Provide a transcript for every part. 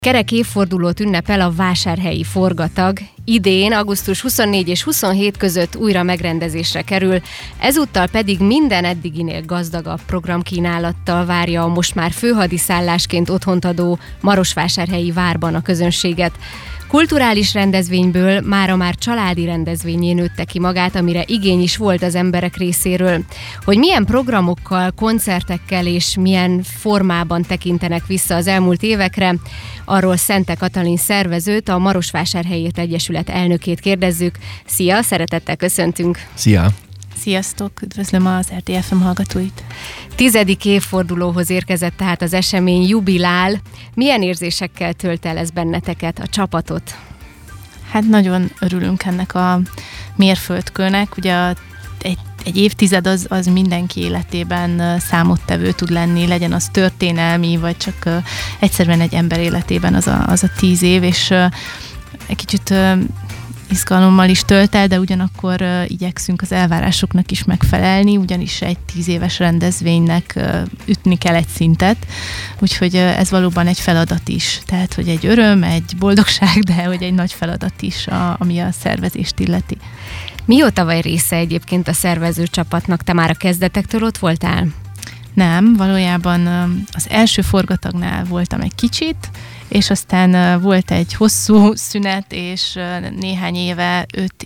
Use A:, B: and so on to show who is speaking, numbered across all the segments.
A: Kerek évfordulót ünnepel a vásárhelyi forgatag. Idén, augusztus 24 és 27 között újra megrendezésre kerül, ezúttal pedig minden eddiginél gazdagabb programkínálattal várja a most már főhadiszállásként otthont adó Marosvásárhelyi várban a közönséget. Kulturális rendezvényből mára már családi rendezvényé nőtte ki magát, amire igény is volt az emberek részéről. Hogy milyen programokkal, koncertekkel és milyen formában tekintenek vissza az elmúlt évekre, arról Szente Katalin szervezőt, a Marosvásárhelyi Egyesület elnökét kérdezzük. Szia, szeretettel köszöntünk!
B: Szia!
C: Sziasztok, üdvözlöm az RTFM hallgatóit!
A: 10. évfordulóhoz érkezett tehát az esemény, jubilál. Milyen érzésekkel tölt el ez benneteket, a csapatot?
C: Hát nagyon örülünk ennek a mérföldkőnek. Ugye egy évtized az mindenki életében számottevő tud lenni, legyen az történelmi, vagy csak egyszerűen egy ember életében az a 10 év, és egy kicsit izgalommal is tölt el, de ugyanakkor igyekszünk az elvárásoknak is megfelelni, ugyanis egy 10 éves rendezvénynek ütni kell egy szintet, úgyhogy ez valóban egy feladat is. Tehát, hogy egy öröm, egy boldogság, de hogy egy nagy feladat is, ami a szervezést illeti.
A: Mióta vagy része egyébként a szervező csapatnak? Te már a kezdetektől ott voltál?
C: Nem, valójában az első forgatagnál voltam egy kicsit, és aztán volt egy hosszú szünet, és néhány éve,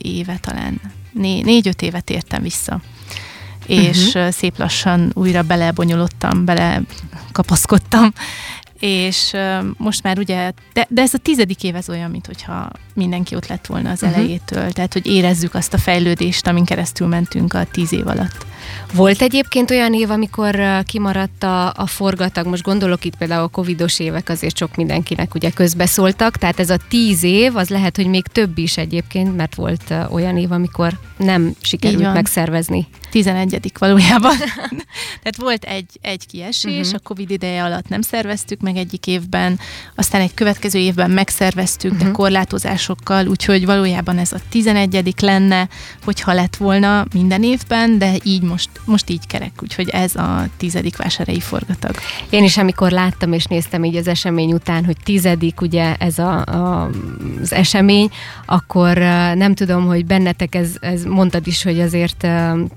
C: 4-5 éve tértem vissza. És szép lassan újra belebonyolodtam, belekapaszkodtam, és most már ugye, de ez a 10. év ez olyan, mintha mindenki ott lett volna az elejétől, tehát hogy érezzük azt a fejlődést, amin keresztül mentünk a 10 év alatt.
A: Volt egyébként olyan év, amikor kimaradt a forgatag, most gondolok itt például a covidos évek, azért sok mindenkinek ugye közbeszóltak, tehát ez a 10 év, az lehet, hogy még több is egyébként, mert volt olyan év, amikor nem sikerült megszervezni.
C: 11. valójában. Tehát volt egy kiesés, a Covid ideje alatt nem szerveztük meg egyik évben, aztán egy következő évben megszerveztük, de korlátozásokkal, úgyhogy valójában ez a 11. lenne, hogyha lett volna minden évben, de így most így kerek, úgyhogy ez a 10. vásárhelyi forgatag.
A: Én is, amikor láttam és néztem így az esemény után, hogy 10. ugye ez az esemény, akkor nem tudom, hogy bennetek ez mondtad is, hogy azért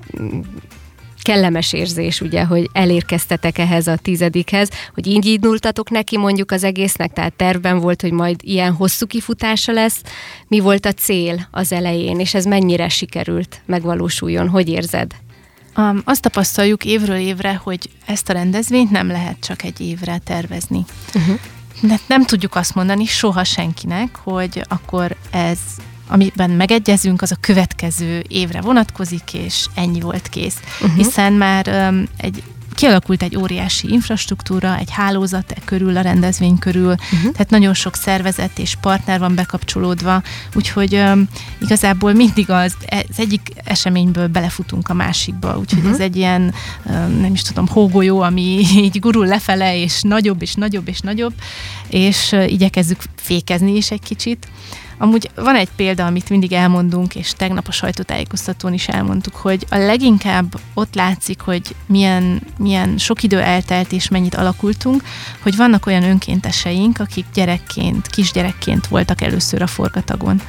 A: kellemes érzés, ugye, hogy elérkeztetek ehhez a 10-hez, hogy így indultatok neki mondjuk az egésznek, tehát tervben volt, hogy majd ilyen hosszú kifutása lesz. Mi volt a cél az elején, és ez mennyire sikerült megvalósuljon? Hogy érzed?
C: Azt tapasztaljuk évről évre, hogy ezt a rendezvényt nem lehet csak egy évre tervezni. De nem tudjuk azt mondani soha senkinek, hogy akkor ez, amiben megegyezünk, az a következő évre vonatkozik, és ennyi volt kész. Hiszen már kialakult egy óriási infrastruktúra, egy hálózat körül, a rendezvény körül, tehát nagyon sok szervezet és partner van bekapcsolódva, úgyhogy igazából mindig az egyik eseményből belefutunk a másikba, úgyhogy ez egy ilyen, nem is tudom, hógolyó, ami így gurul lefele, és nagyobb, és nagyobb, és nagyobb, és igyekezzük fékezni is egy kicsit. Amúgy van egy példa, amit mindig elmondunk, és tegnap a sajtótájékoztatón is elmondtuk, hogy a leginkább ott látszik, hogy milyen sok idő eltelt, és mennyit alakultunk, hogy vannak olyan önkénteseink, akik kisgyerekként voltak először a forgatagon.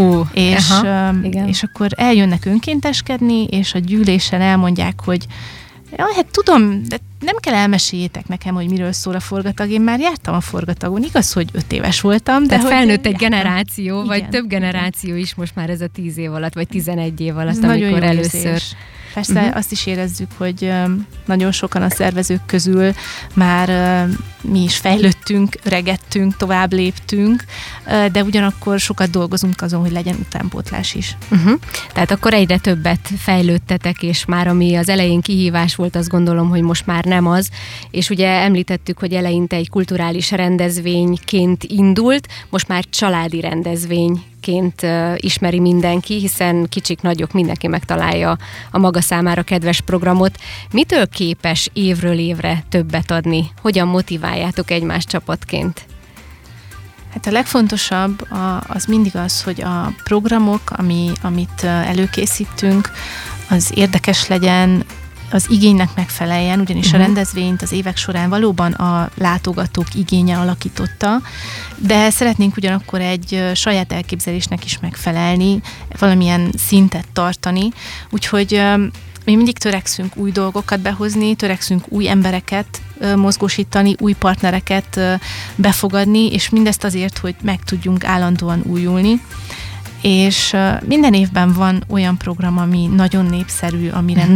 C: És akkor eljönnek önkénteskedni, és a gyűlésen elmondják, hogy hát tudom, de nem kell elmeséljétek nekem, hogy miről szól a forgatag. Én már jártam a forgatagon. Igaz, hogy 5 éves voltam.
A: Tehát felnőtt egy generáció, vagy több generáció is most már ez a 10 év alatt, vagy 11 év alatt, amikor először. Érzés.
C: Persze azt is érezzük, hogy nagyon sokan a szervezők közül már mi is fejlődtünk, öregettünk, tovább léptünk, de ugyanakkor sokat dolgozunk azon, hogy legyen utánpótlás is.
A: Tehát akkor egyre többet fejlődtetek, és már ami az elején kihívás volt, azt gondolom, hogy most már nem az. És ugye említettük, hogy eleinte egy kulturális rendezvényként indult, most már családi rendezvényként ismeri mindenki, hiszen kicsik, nagyok, mindenki megtalálja a maga számára kedves programot. Mitől képes évről évre többet adni? Hogyan motiváljátok egymást csapatként?
C: Hát a legfontosabb az mindig az, hogy a programok, amit előkészítünk, az érdekes legyen, az igénynek megfeleljen, ugyanis a rendezvényt az évek során valóban a látogatók igénye alakította, de szeretnénk ugyanakkor egy saját elképzelésnek is megfelelni, valamilyen szintet tartani, úgyhogy mi mindig törekszünk új dolgokat behozni, törekszünk új embereket mozgósítani, új partnereket befogadni, és mindezt azért, hogy meg tudjunk állandóan újulni. És minden évben van olyan program, ami nagyon népszerű, amire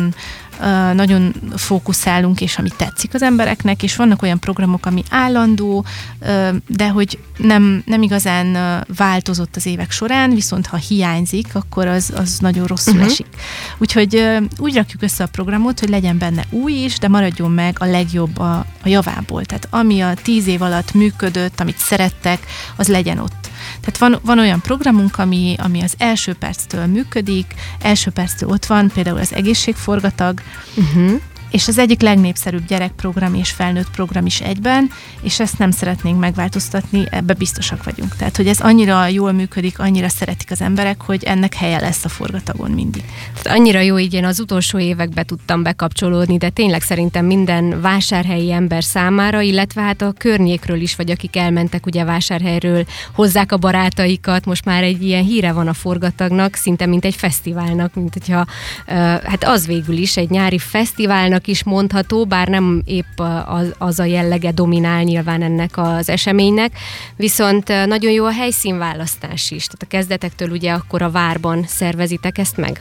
C: nagyon fókuszálunk, és ami tetszik az embereknek, és vannak olyan programok, ami állandó, de hogy nem igazán változott az évek során, viszont ha hiányzik, akkor az nagyon rosszul esik. Úgyhogy úgy rakjuk össze a programot, hogy legyen benne új is, de maradjon meg a legjobb a javából. Tehát ami a 10 év alatt működött, amit szerettek, az legyen ott. Tehát van olyan programunk, ami az első perctől működik, első perctől ott van, például az egészségforgatag, és az egyik legnépszerűbb gyerekprogram és felnőtt program is egyben, és ezt nem szeretnénk megváltoztatni, ebbe biztosak vagyunk. Tehát, hogy ez annyira jól működik, annyira szeretik az emberek, hogy ennek helye lesz a forgatagon mindig.
A: Tehát annyira jó, így én az utolsó években tudtam bekapcsolódni, de tényleg szerintem minden vásárhelyi ember számára, illetve hát a környékről is, vagy akik elmentek ugye Vásárhelyről, hozzák a barátaikat, most már egy ilyen híre van a forgatagnak, szinte mint egy fesztiválnak, mint hogyha hát az végül is egy nyári fesztiválnak is mondható, bár nem épp az a jellege dominál nyilván ennek az eseménynek, viszont nagyon jó a helyszínválasztás is. Tehát a kezdetektől ugye akkor a Várban szervezitek ezt meg?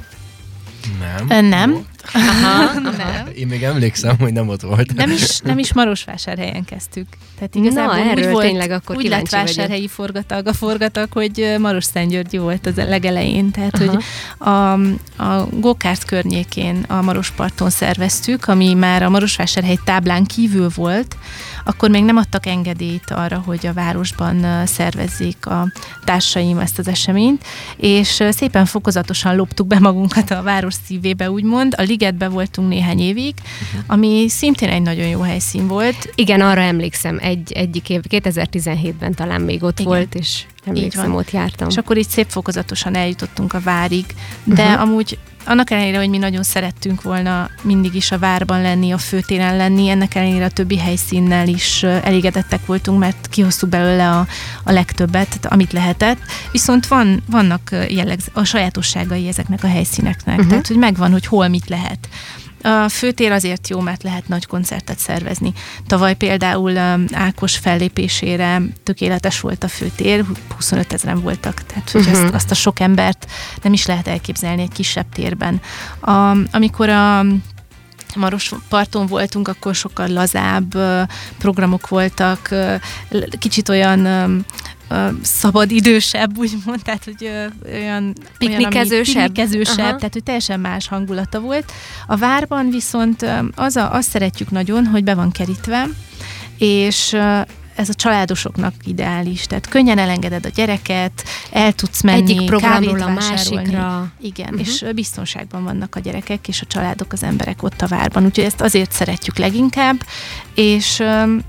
C: Nem.
A: Aha.
C: Nem.
B: Én még emlékszem, hogy nem ott volt.
C: Nem is Marosvásárhelyen kezdtük. Tehát igazából
A: erről
C: úgy volt,
A: tényleg akkor
C: úgy lett vásárhelyi forgatag, hogy Marosszentgyörgyi volt az legelején. Tehát, hogy a Go-kart környékén a Marosparton szerveztük, ami már a Marosvásárhely táblán kívül volt, akkor még nem adtak engedélyt arra, hogy a városban szervezzék a társaim ezt az eseményt, és szépen fokozatosan loptuk be magunkat a város szívébe, úgymond. A Ligetben voltunk néhány évig, ami szintén egy nagyon jó helyszín volt.
A: Igen, arra emlékszem, egyik év, 2017-ben talán még ott volt, és emlékszem, ott jártam.
C: És akkor így szép fokozatosan eljutottunk a Várig, de amúgy annak ellenére, hogy mi nagyon szerettünk volna mindig is a Várban lenni, a főtéren lenni, ennek ellenére a többi helyszínnel is elégedettek voltunk, mert kihoztuk belőle a legtöbbet, amit lehetett. Viszont vannak a sajátosságai ezeknek a helyszíneknek, tehát hogy megvan, hogy hol mit lehet. A főtér azért jó, mert lehet nagy koncertet szervezni. Tavaly például Ákos fellépésére tökéletes volt a főtér, 25 000 voltak, tehát hogy azt a sok embert nem is lehet elképzelni egy kisebb térben. Amikor a Marosparton voltunk, akkor sokkal lazább programok voltak, kicsit olyan szabadidősebb, úgymond, tehát, hogy olyan
A: piknikezősebb,
C: tehát, hogy teljesen más hangulata volt. A Várban viszont azt szeretjük nagyon, hogy be van kerítve, és ez a családosoknak ideális, tehát könnyen elengeded a gyereket, el tudsz menni,
A: egyik programról a
C: vásárolni.
A: másikra.
C: Igen, és biztonságban vannak a gyerekek és a családok, az emberek ott a Várban, úgyhogy ezt azért szeretjük leginkább, és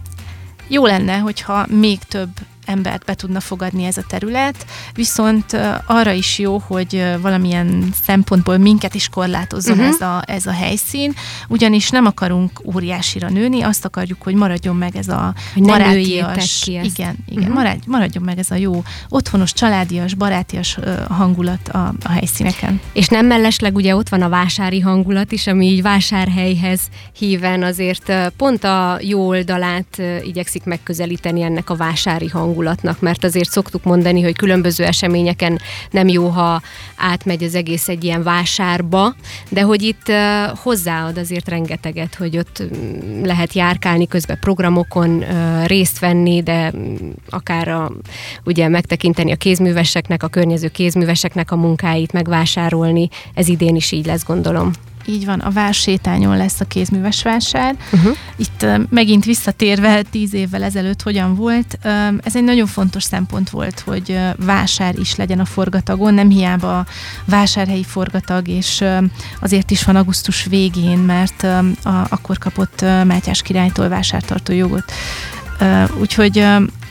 C: jó lenne, hogyha még több embert be tudna fogadni ez a terület, viszont arra is jó, hogy valamilyen szempontból minket is korlátozzon ez a helyszín, ugyanis nem akarunk óriásira nőni, azt akarjuk, hogy maradjon meg ez a barátias, igen, maradjon meg ez a jó otthonos, családias, barátias hangulat a helyszíneken.
A: És nem mellesleg ugye ott van a vásári hangulat is, ami így vásárhelyhez híven azért pont a jó oldalát igyekszik megközelíteni ennek a vásári hangulatnak, mert azért szoktuk mondani, hogy különböző eseményeken nem jó, ha átmegy az egész egy ilyen vásárba, de hogy itt hozzáad azért rengeteget, hogy ott lehet járkálni közben programokon, részt venni, de akár ugye megtekinteni a kézműveseknek, a környező kézműveseknek a munkáit, megvásárolni. Ez idén is így lesz, gondolom.
C: Így van, a Vársétányon lesz a kézműves vásár. Itt megint visszatérve 10 évvel ezelőtt hogyan volt, ez egy nagyon fontos szempont volt, hogy vásár is legyen a forgatagon, nem hiába vásárhelyi forgatag, és azért is van augusztus végén, mert akkor kapott Mátyás királytól vásártartó jogot. Úgyhogy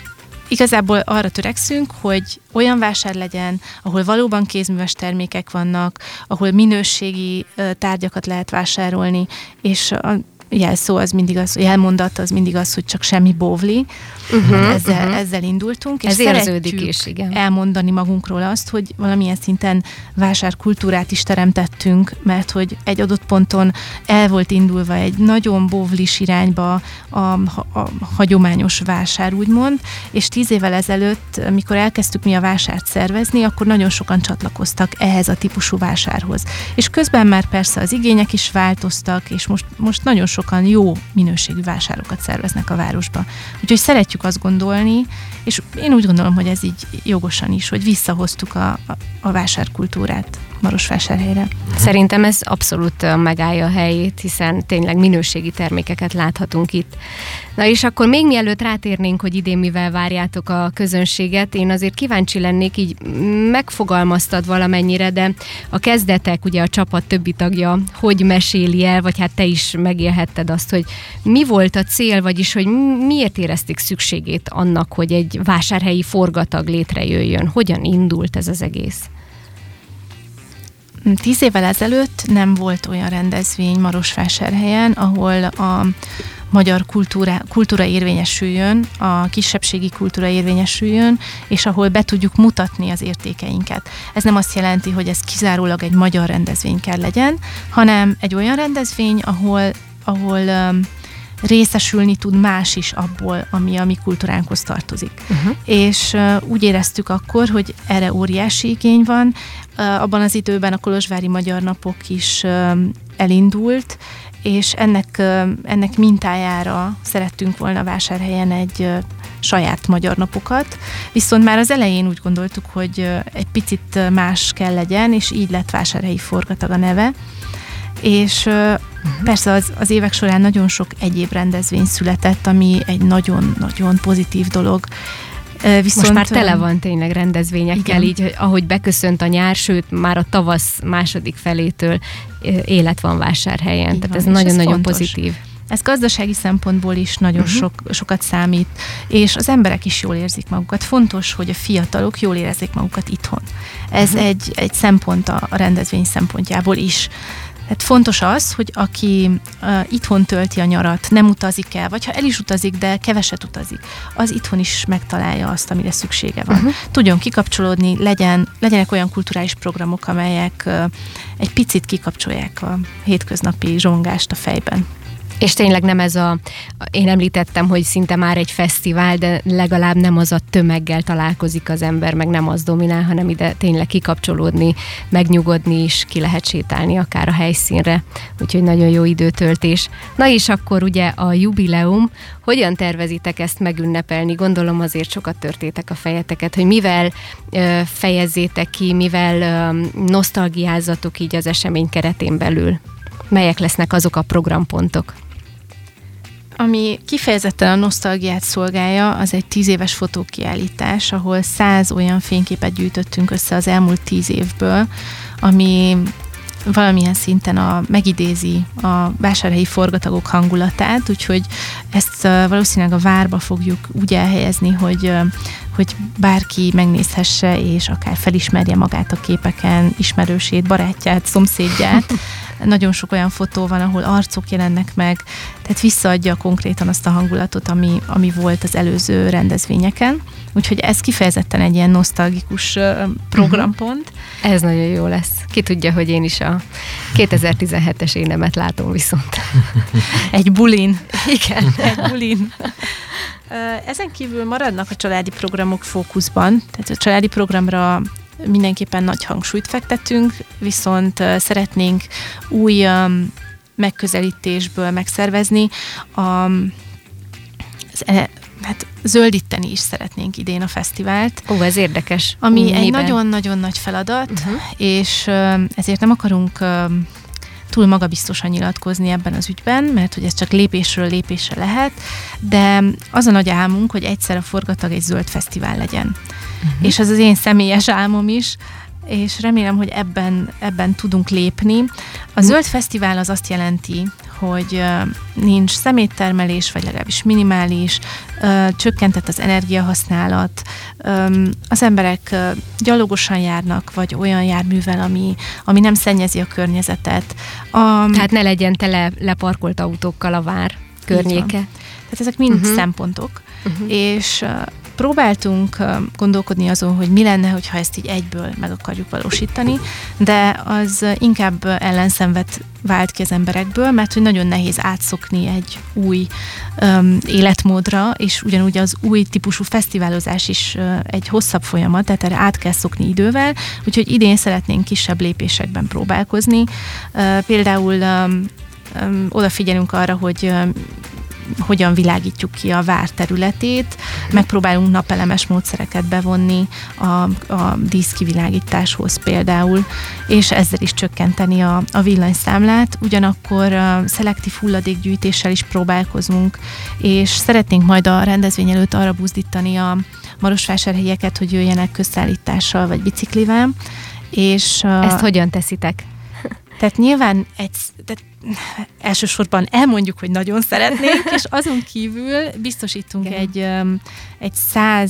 C: igazából arra törekszünk, hogy olyan vásár legyen, ahol valóban kézműves termékek vannak, ahol minőségi tárgyakat lehet vásárolni, és a jelszó az mindig az, jelmondat az mindig az, hogy csak semmi bóvli. Ezzel indultunk, és
A: ez érződik
C: szeretjük
A: is, igen.
C: elmondani magunkról azt, hogy valamilyen szinten vásárkultúrát is teremtettünk, mert hogy egy adott ponton el volt indulva egy nagyon bóvlis irányba a hagyományos vásár, úgymond, és 10 évvel ezelőtt, amikor elkezdtük mi a vásárt szervezni, akkor nagyon sokan csatlakoztak ehhez a típusú vásárhoz. És közben már persze az igények is változtak, és most nagyon sokan jó minőségű vásárokat szerveznek a városba. Úgyhogy szeretjük azt gondolni, és én úgy gondolom, hogy ez így jogosan is, hogy visszahoztuk a vásárkultúrát Marosvásárhelyre.
A: Szerintem ez abszolút megállja a helyét, hiszen tényleg minőségi termékeket láthatunk itt. Na és akkor még mielőtt rátérnénk, hogy idén mivel várjátok a közönséget, én azért kíváncsi lennék, így megfogalmaztad valamennyire, de a kezdetek, ugye a csapat többi tagja, hogy meséli el, vagy hát te is megélhetted azt, hogy mi volt a cél, vagyis hogy miért érezték szükségét annak, hogy egy vásárhelyi forgatag létrejöjjön? Hogyan indult ez az egész?
C: 10 évvel ezelőtt nem volt olyan rendezvény Marosvásárhelyen, ahol a magyar kultúra érvényesüljön, a kisebbségi kultúra érvényesüljön, és ahol be tudjuk mutatni az értékeinket. Ez nem azt jelenti, hogy ez kizárólag egy magyar rendezvény kell legyen, hanem egy olyan rendezvény, ahol részesülni tud más is abból, ami a mi kultúránkhoz tartozik. És úgy éreztük akkor, hogy erre óriási igény van. Abban az időben a Kolozsvári Magyar Napok is elindult, és ennek mintájára szerettünk volna Vásárhelyen egy saját magyar napokat, viszont már az elején úgy gondoltuk, hogy egy picit más kell legyen, és így lett Vásárhelyi Forgatag a neve. És persze az évek során nagyon sok egyéb rendezvény született, ami egy nagyon-nagyon pozitív dolog. Viszont
A: most már tele van tényleg rendezvényekkel,
C: igen.
A: így ahogy beköszönt a nyár, sőt már a tavasz második felétől élet van Vásárhelyen,
C: így
A: tehát
C: van,
A: ez nagyon-nagyon
C: fontos.
A: pozitív.
C: Ez gazdasági szempontból is nagyon sokat számít, és az emberek is jól érzik magukat. Fontos, hogy a fiatalok jól érezzék magukat itthon. Ez egy szempont a rendezvény szempontjából is. Tehát fontos az, hogy aki itthon tölti a nyarat, nem utazik el, vagy ha el is utazik, de keveset utazik, az itthon is megtalálja azt, amire szüksége van. Tudjon kikapcsolódni, legyenek olyan kulturális programok, amelyek egy picit kikapcsolják a hétköznapi zsongást a fejben.
A: És tényleg nem ez én említettem, hogy szinte már egy fesztivál, de legalább nem az a tömeggel találkozik az ember, meg nem az dominál, hanem ide tényleg kikapcsolódni, megnyugodni is, ki lehet sétálni akár a helyszínre, úgyhogy nagyon jó időtöltés. Na és akkor ugye a jubileum, hogyan tervezitek ezt megünnepelni? Gondolom azért sokat törtétek a fejeteket, hogy mivel fejezzétek ki, mivel nosztalgiázatok így az esemény keretén belül. Melyek lesznek azok a programpontok?
C: Ami kifejezetten a nosztalgiát szolgálja, az egy 10 éves fotókiállítás, ahol 100 olyan fényképet gyűjtöttünk össze az elmúlt 10 évből, ami valamilyen szinten megidézi a vásárhelyi forgatagok hangulatát, úgyhogy ezt valószínűleg a várba fogjuk úgy elhelyezni, hogy bárki megnézhesse, és akár felismerje magát a képeken, ismerősét, barátját, szomszédját. Nagyon sok olyan fotó van, ahol arcok jelennek meg, tehát visszaadja konkrétan azt a hangulatot, ami volt az előző rendezvényeken. Úgyhogy ez kifejezetten egy ilyen nosztalgikus programpont.
A: Ez nagyon jó lesz. Ki tudja, hogy én is a 2017-es énemet látom viszont.
C: Egy bulin.
A: Igen.
C: Egy bulin. Ezen kívül maradnak a családi programok fókuszban, tehát a családi programra mindenképpen nagy hangsúlyt fektetünk, viszont szeretnénk új megközelítésből megszervezni. Zöldíteni is szeretnénk idén a fesztivált.
A: Ó, ez érdekes.
C: Ami egy nagyon-nagyon nagy feladat, és ezért nem akarunk túl magabiztosan nyilatkozni ebben az ügyben, mert hogy ez csak lépésről lépésre lehet, de az a nagy álmunk, hogy egyszer a Forgatag egy zöld fesztivál legyen. És ez az én személyes álmom is, és remélem, hogy ebben tudunk lépni. A zöld fesztivál az azt jelenti, hogy nincs szeméttermelés, vagy legalábbis minimális, csökkentett az energiahasználat, az emberek gyalogosan járnak, vagy olyan járművel, ami nem szennyezi a környezetet.
A: Tehát ne legyen tele leparkolt autókkal a vár környéke.
C: Tehát ezek mind szempontok, és próbáltunk gondolkodni azon, hogy mi lenne, hogyha ezt így egyből meg akarjuk valósítani, de az inkább ellenszenvet vált ki az emberekből, mert hogy nagyon nehéz átszokni egy új életmódra, és ugyanúgy az új típusú fesztiválozás is egy hosszabb folyamat, tehát erre át kell szokni idővel, úgyhogy idén szeretnénk kisebb lépésekben próbálkozni. Például odafigyelünk arra, hogy hogyan világítjuk ki a vár területét, megpróbálunk napelemes módszereket bevonni a díszkivilágításhoz például, és ezzel is csökkenteni a villanyszámlát, ugyanakkor szelektív hulladékgyűjtéssel is próbálkozunk, és szeretnénk majd a rendezvény előtt arra buzdítani a marosvásárhelyieket, hogy jöjjenek közszállítással vagy biciklivel. És
A: ezt hogyan teszitek?
C: Tehát nyilván elsősorban elmondjuk, hogy nagyon szeretnénk, és azon kívül biztosítunk egy 100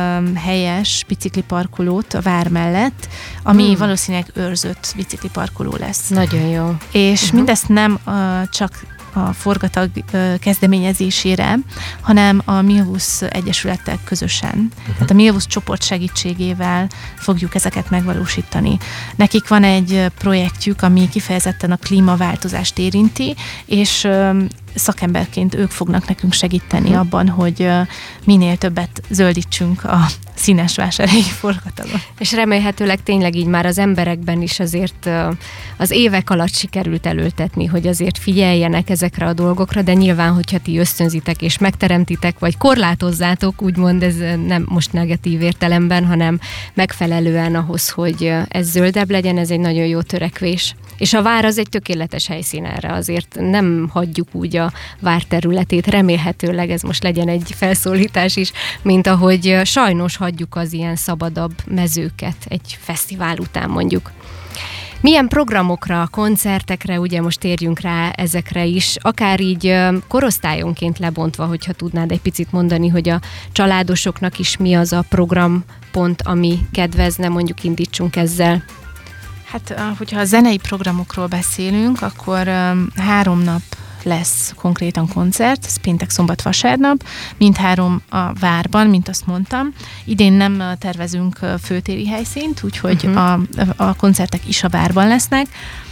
C: helyes bicikliparkolót a vár mellett, ami valószínűleg őrzött bicikliparkoló lesz.
A: Nagyon jó.
C: És mindezt nem csak a Forgatag kezdeményezésére, hanem a Milvusz Egyesülettel közösen. Tehát a Milvusz csoport segítségével fogjuk ezeket megvalósítani. Nekik van egy projektjük, ami kifejezetten a klímaváltozást érinti, és szakemberként ők fognak nekünk segíteni abban, hogy minél többet zöldítsünk a színes vásárhelyi Forgatagon.
A: És remélhetőleg tényleg így már az emberekben is azért az évek alatt sikerült elültetni, hogy azért figyeljenek ezekre a dolgokra, de nyilván, hogyha ti ösztönzitek és megteremtitek, vagy korlátozzátok, úgymond ez nem most negatív értelemben, hanem megfelelően ahhoz, hogy ez zöldebb legyen, ez egy nagyon jó törekvés. És a vár az egy tökéletes helyszín erre, azért nem hagyjuk úgy a vár területét, remélhetőleg ez most legyen egy felszólítás is, mint ahogy sajnos hagyjuk az ilyen szabadabb mezőket egy fesztivál után mondjuk. Milyen programokra, koncertekre, ugye most térjünk rá ezekre is, akár így korosztályonként lebontva, hogyha tudnád egy picit mondani, hogy a családosoknak is mi az a programpont, ami kedvezne, mondjuk indítsunk ezzel.
C: Hát, hogyha a zenei programokról beszélünk, akkor 3 nap lesz konkrétan koncert, ez péntek, szombat, vasárnap, mindhárom a várban, mint azt mondtam. Idén nem tervezünk főtéri helyszínt, úgyhogy a koncertek is a várban lesznek.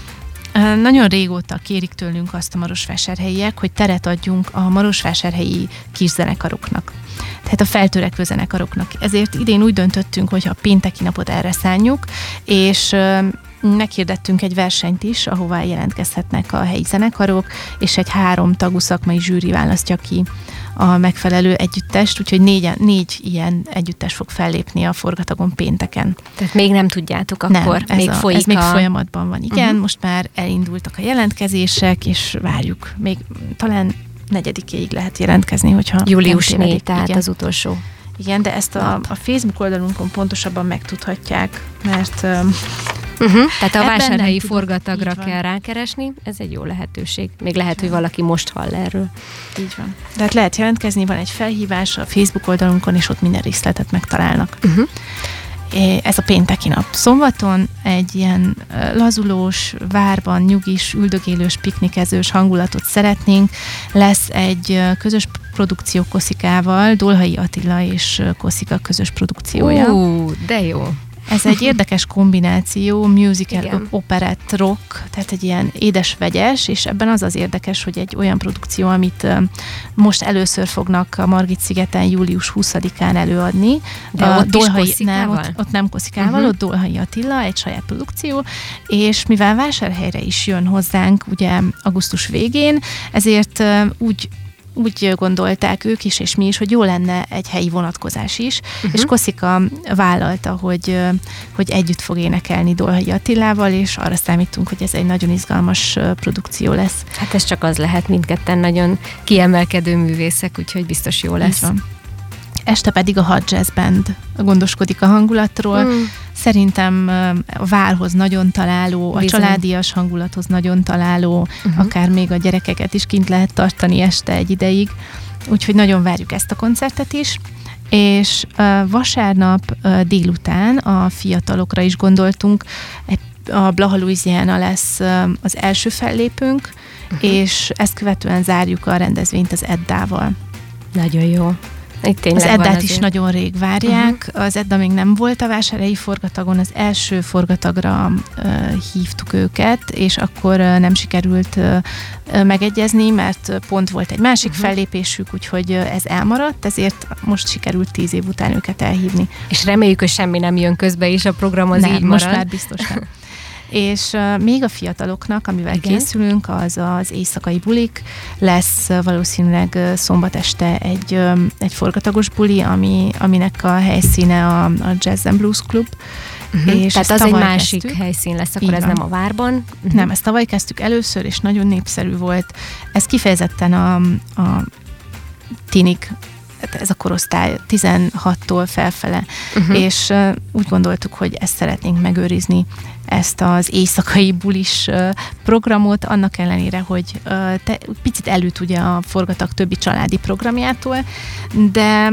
C: Nagyon régóta kérik tőlünk azt a marosvásárhelyiek, hogy teret adjunk a marosvásárhelyi kiszenekaroknak. Tehát a feltörekvő zenekaroknak. Ezért idén úgy döntöttünk, hogy a pénteki napot erre szánjuk, és meghirdettünk egy versenyt is, ahová jelentkezhetnek a helyi zenekarok, és egy 3 tagú szakmai zsűri választja ki a megfelelő együttest, úgyhogy 4 ilyen együttes fog fellépni a Forgatagon pénteken.
A: Tehát még nem tudjátok akkor,
C: nem,
A: még folyik
C: ez még folyamatban van, igen, most már elindultak a jelentkezések, és várjuk, még talán 4-ig lehet jelentkezni, hogyha
A: július 4, tehát igen. Az utolsó.
C: Igen, de ezt a Facebook oldalunkon pontosabban megtudhatják, mert
A: tehát a vásárhelyi Forgatagra kell rákeresni, ez egy jó lehetőség. Még lehet, hogy valaki most hall erről.
C: Így van. De hát lehet jelentkezni, van egy felhívás a Facebook oldalunkon, és ott minden részletet megtalálnak. Ez a pénteki nap. Szombaton egy ilyen lazulós, várban nyugis, üldögélős, piknikezős hangulatot szeretnénk. Lesz egy közös produkció Koszikával, Dolhai Attila és Koszika közös produkciója.
A: De jó!
C: Ez egy érdekes kombináció, musical, operett, rock, tehát egy ilyen édes-vegyes, és ebben az érdekes, hogy egy olyan produkció, amit most először fognak a Margit-szigeten július 20-án előadni.
A: De ott Dolhai, is Koszikával?
C: Ott nem Koszikával, ott Dolhai Attila, egy saját produkció, és mivel Vásárhelyre is jön hozzánk, ugye augusztus végén, ezért úgy gondolták ők is, és mi is, hogy jó lenne egy helyi vonatkozás is, és Koszika vállalta, hogy együtt fog énekelni Dolhai Attilával, és arra számítunk, hogy ez egy nagyon izgalmas produkció lesz.
A: Hát ez csak az lehet, mindketten nagyon kiemelkedő művészek, úgyhogy biztos jó lesz.
C: Este pedig a Hot Jazz Band gondoskodik a hangulatról. Szerintem a várhoz nagyon találó, a családias hangulathoz nagyon találó, akár még a gyerekeket is kint lehet tartani este egy ideig. Úgyhogy nagyon várjuk ezt a koncertet is. És vasárnap délután a fiatalokra is gondoltunk. A Blaha Louisiana lesz az első fellépőnk, és ezt követően zárjuk a rendezvényt az Eddával.
A: Nagyon jó.
C: Az Eddát is nagyon rég várják. Az Edda még nem volt a vásárhelyi forgatagon, az első forgatagra hívtuk őket, és akkor nem sikerült megegyezni, mert pont volt egy másik fellépésük, úgyhogy ez elmaradt, ezért most sikerült 10 év után őket elhívni.
A: És reméljük, hogy semmi nem jön közbe, és a program az
C: nem,
A: így
C: most
A: marad.
C: már biztos nem. És még a fiataloknak, amivel készülünk, az éjszakai bulik. Lesz valószínűleg szombat este egy forgatagos buli, aminek a helyszíne a Jazz and Blues Club.
A: És tehát az egy másik helyszín lesz, akkor ez nem a Várban?
C: Nem, ezt tavaly kezdtük először, és nagyon népszerű volt. Ez kifejezetten a tinik, ez a korosztály 16-tól felfele, és úgy gondoltuk, hogy ezt szeretnénk megőrizni, ezt az éjszakai bulis programot, annak ellenére, hogy picit előtt ugye a forgatag többi családi programjától, de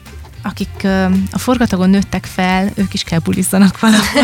C: akik a forgatagon nőttek fel, ők is kell bulizzanak valahol.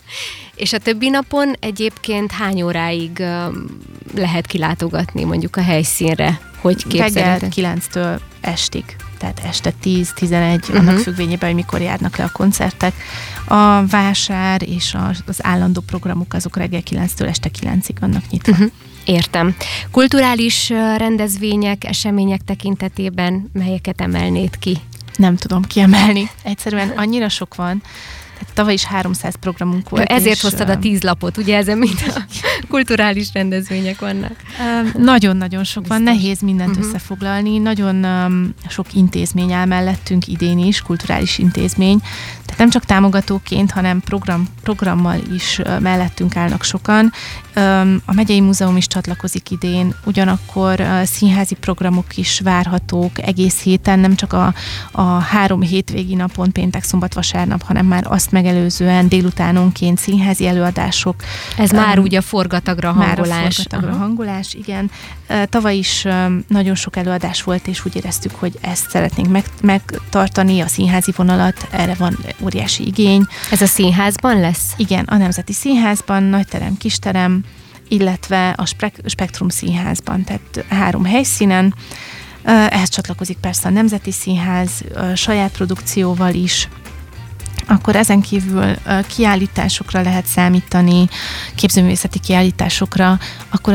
A: És a többi napon egyébként hány óráig lehet kilátogatni mondjuk a helyszínre? Hogy
C: reggel 9-től estig, tehát este 10-11, annak függvényében, hogy mikor járnak le a koncertek. A vásár és az állandó programok azok reggel 9-től este 9-ig vannak nyitva.
A: Értem. Kulturális rendezvények, események tekintetében melyeket emelnéd ki?
C: Nem tudom kiemelni. Egyszerűen annyira sok van. Tehát tavaly is 300 programunk volt.
A: Ezért hoztad a 10 lapot, ugye ezen mind a kulturális rendezvények vannak?
C: Nagyon-nagyon sok van, nehéz mindent összefoglalni. Nagyon sok intézmény áll mellettünk idén is, kulturális intézmény. Tehát nem csak támogatóként, hanem programmal is mellettünk állnak sokan. A Megyei Múzeum is csatlakozik idén, ugyanakkor színházi programok is várhatók egész héten, nem csak a 3 hétvégi napon, péntek, szombat, vasárnap, hanem már azt megelőzően délutánonként színházi előadások.
A: Ez már úgy a forgatagra hangolás.
C: Már a forgatagra hangolás, igen. Tavaly is nagyon sok előadás volt, és úgy éreztük, hogy ezt szeretnénk megtartani, a színházi vonalat, erre van óriási igény.
A: Ez a színházban lesz?
C: Igen, a Nemzeti Színházban, nagyterem, kisterem, illetve a Spektrum Színházban, tehát 3 helyszínen. Ehhez csatlakozik persze a Nemzeti Színház saját produkcióval is. Akkor ezen kívül kiállításokra lehet számítani, képzőművészeti kiállításokra, akkor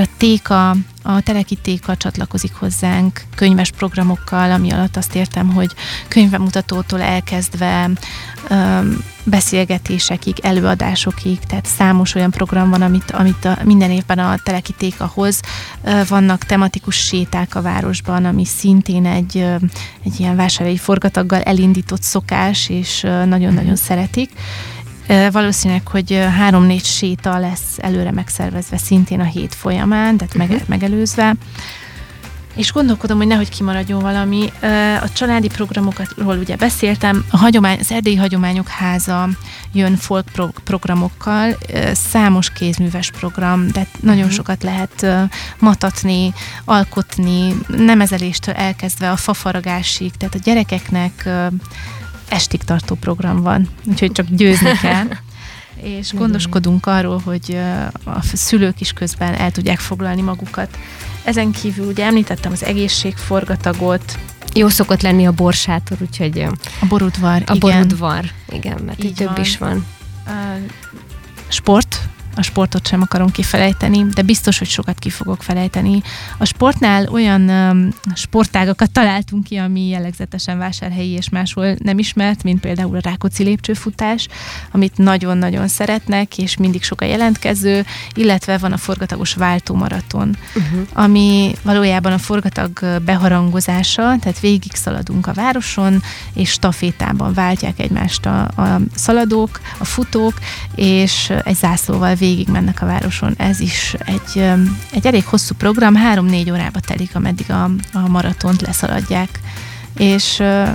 C: a Teleki Téka csatlakozik hozzánk könyves programokkal, ami alatt azt értem, hogy könyvemutatótól elkezdve beszélgetésekig, előadásokig, tehát számos olyan program van, amit minden évben a Teleki Téka hoz. Vannak tematikus séták a városban, ami szintén egy ilyen vásárhelyi forgataggal elindított szokás, és nagyon-nagyon szeretik. Valószínűleg, hogy 3-4 séta lesz előre megszervezve szintén a hét folyamán, tehát megelőzve. És gondolkodom, hogy nehogy kimaradjon valami. A családi programokról ugye beszéltem, az Erdélyi Hagyományok Háza jön folk programokkal, számos kézműves program, de nagyon sokat lehet matatni, alkotni, nemezeléstől elkezdve a fafaragásig, tehát a gyerekeknek estig tartó program van, úgyhogy csak győzni kell. És gondoskodunk arról, hogy a szülők is közben el tudják foglalni magukat. Ezen kívül ugye említettem az egészségforgatagot.
A: Jó szokott lenni a borsátor, úgyhogy...
C: A borudvar,
A: igen. A borudvar, igen, mert így több is van.
C: Sport. A sportot sem akarom kifelejteni, de biztos, hogy sokat ki fogok felejteni. A sportnál olyan sportágakat találtunk ki, ami jellegzetesen vásárhelyi és máshol nem ismert, mint például a Rákóczi lépcsőfutás, amit nagyon-nagyon szeretnek, és mindig sok a jelentkező, illetve van a forgatagos váltómaraton, ami valójában a forgatag beharangozása, tehát végig szaladunk a városon, és stafétában váltják egymást a szaladók, a futók, és egy zászlóval végig mennek a városon. Ez is egy elég hosszú program, 3-4 órába telik, ameddig a maratont leszaladják. És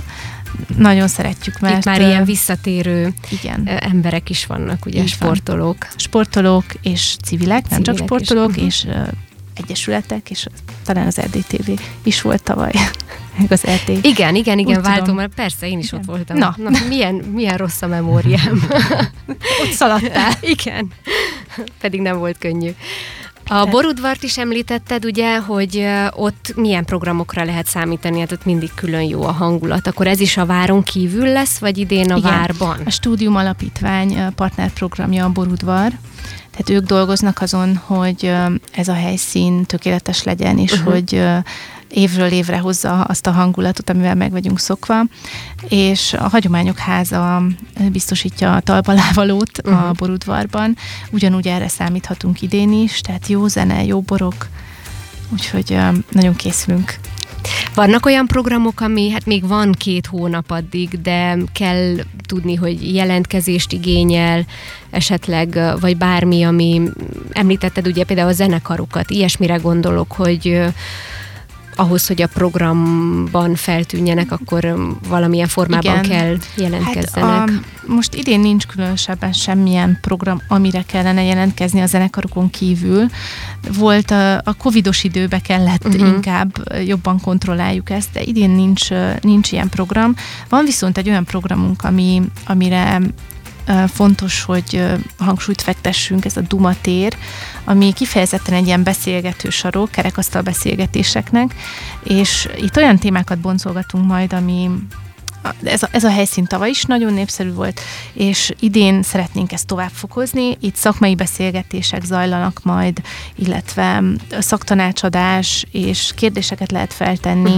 C: nagyon szeretjük, mert...
A: Itt már ilyen visszatérő
C: igen.
A: emberek is vannak, ugye,
C: így
A: sportolók.
C: Sportolók és civilek, nem csak sportolók,
A: is.
C: És egyesületek, és talán az RDTV is volt tavaly. Meg az RT.
A: Igen, váltom, mert persze én is ott voltam. Na milyen rossz a memóriám.
C: Ott szaladtál.
A: Igen, pedig nem volt könnyű. A Borudvart is említetted, ugye, hogy ott milyen programokra lehet számítani, hát ott mindig külön jó a hangulat. Akkor ez is a váron kívül lesz, vagy idén a várban?
C: A Stúdium Alapítvány partnerprogramja a Borudvar, tehát ők dolgoznak azon, hogy ez a helyszín tökéletes legyen, és hogy évről évre hozza azt a hangulatot, amivel meg vagyunk szokva, és a Hagyományok Háza biztosítja a talpalávalót a Borudvarban, ugyanúgy erre számíthatunk idén is, tehát jó zene, jó borok, úgyhogy nagyon készülünk.
A: Vannak olyan programok, ami hát még van 2 hónap addig, de kell tudni, hogy jelentkezést igényel esetleg, vagy bármi, ami említetted ugye például a zenekarokat, ilyesmire gondolok, hogy ahhoz, hogy a programban feltűnjenek, akkor valamilyen formában kell jelentkezzenek.
C: Most idén nincs különösebben semmilyen program, amire kellene jelentkezni a zenekarokon kívül. Volt a covidos időben kellett inkább jobban kontrolláljuk ezt, de idén nincs ilyen program. Van viszont egy olyan programunk, amire fontos, hogy hangsúlyt fektessünk, ez a Duma tér, ami kifejezetten egy ilyen beszélgető sarok, kerekasztal beszélgetéseknek, és itt olyan témákat boncolgatunk majd, ami ez a helyszín tavaly is nagyon népszerű volt, és idén szeretnénk ezt tovább fokozni. Itt szakmai beszélgetések zajlanak majd, illetve szaktanácsadás, és kérdéseket lehet feltenni.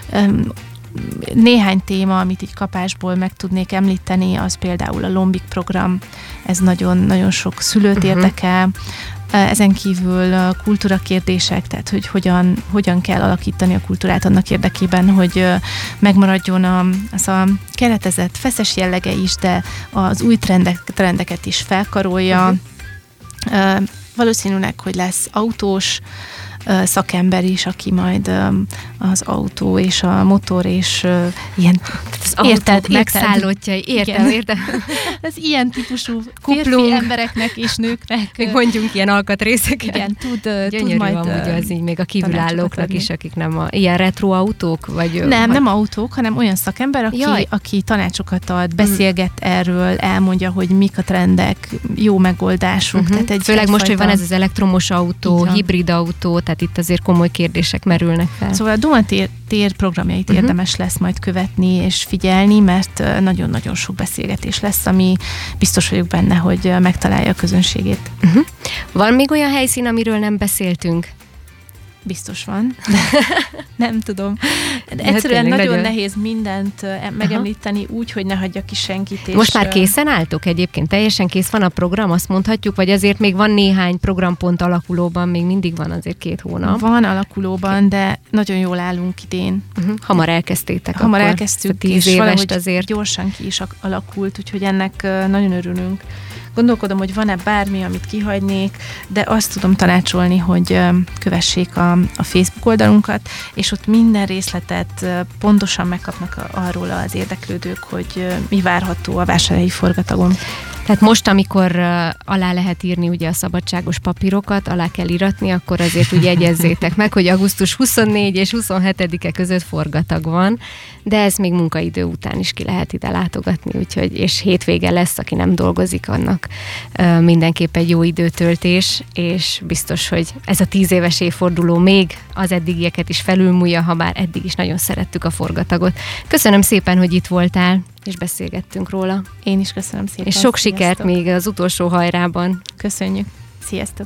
C: Néhány téma, amit így kapásból meg tudnék említeni, az például a Lombik program, ez nagyon sok szülőt érdekel. Ezen kívül kultúrakérdések, tehát hogy hogyan kell alakítani a kultúrát annak érdekében, hogy megmaradjon az a keretezett, feszes jellege is, de az új trendeket is felkarolja. Valószínűleg, hogy lesz autós szakember is, aki majd az autó és a motor és ilyen
A: érted megszállottjai, értem.
C: Ez ilyen típusú férfi embereknek és nőknek.
A: Még mondjunk ilyen alkatrészeket.
C: Igen,
A: tud majd amúgy az így még a kívülállóknak is, akik nem ilyen retro autók, vagy...
C: Nem autók, hanem olyan szakember, aki tanácsokat ad, beszélget erről, elmondja, hogy mik a trendek, jó megoldások. Tehát
A: főleg most, hogy van ez az elektromos autó, hibrid autó, tehát itt azért komoly kérdések merülnek fel.
C: Szóval a Duma tér programjait érdemes lesz majd követni és figyelni, mert nagyon-nagyon sok beszélgetés lesz, ami biztos vagyok benne, hogy megtalálja a közönségét.
A: Van még olyan helyszín, amiről nem beszéltünk?
C: Biztos van. Nem tudom. De egyszerűen nagyon nehéz mindent megemlíteni úgy, hogy ne hagyja ki senkit.
A: Most már készen álltok egyébként? Teljesen kész van a program, azt mondhatjuk, vagy azért még van néhány programpont alakulóban, még mindig van azért 2 hónap?
C: Van alakulóban, de nagyon jól állunk idén.
A: Hamar elkezdtétek.
C: Hamar elkezdtük,
A: 10 évest azért.
C: Gyorsan ki is alakult, úgyhogy ennek nagyon örülünk. Gondolkodom, hogy van-e bármi, amit kihagynék, de azt tudom tanácsolni, hogy kövessék a Facebook oldalunkat, és ott minden részletet pontosan megkapnak arról az érdeklődők, hogy mi várható a vásárhelyi forgatagon.
A: Tehát most, amikor alá lehet írni ugye a szabadságos papírokat, alá kell íratni, akkor azért ugye jegyezzétek meg, hogy augusztus 24 és 27-e között forgatag van, de ez még munkaidő után is ki lehet ide látogatni, úgyhogy, és hétvége lesz, aki nem dolgozik, annak mindenképp egy jó időtöltés, és biztos, hogy ez a 10 éves évforduló még az eddigieket is felülmúlja, ha bár eddig is nagyon szerettük a forgatagot. Köszönöm szépen, hogy itt voltál, és beszélgettünk róla.
C: Én is köszönöm szépen.
A: És sok sikert még az utolsó hajrában.
C: Köszönjük. Sziasztok!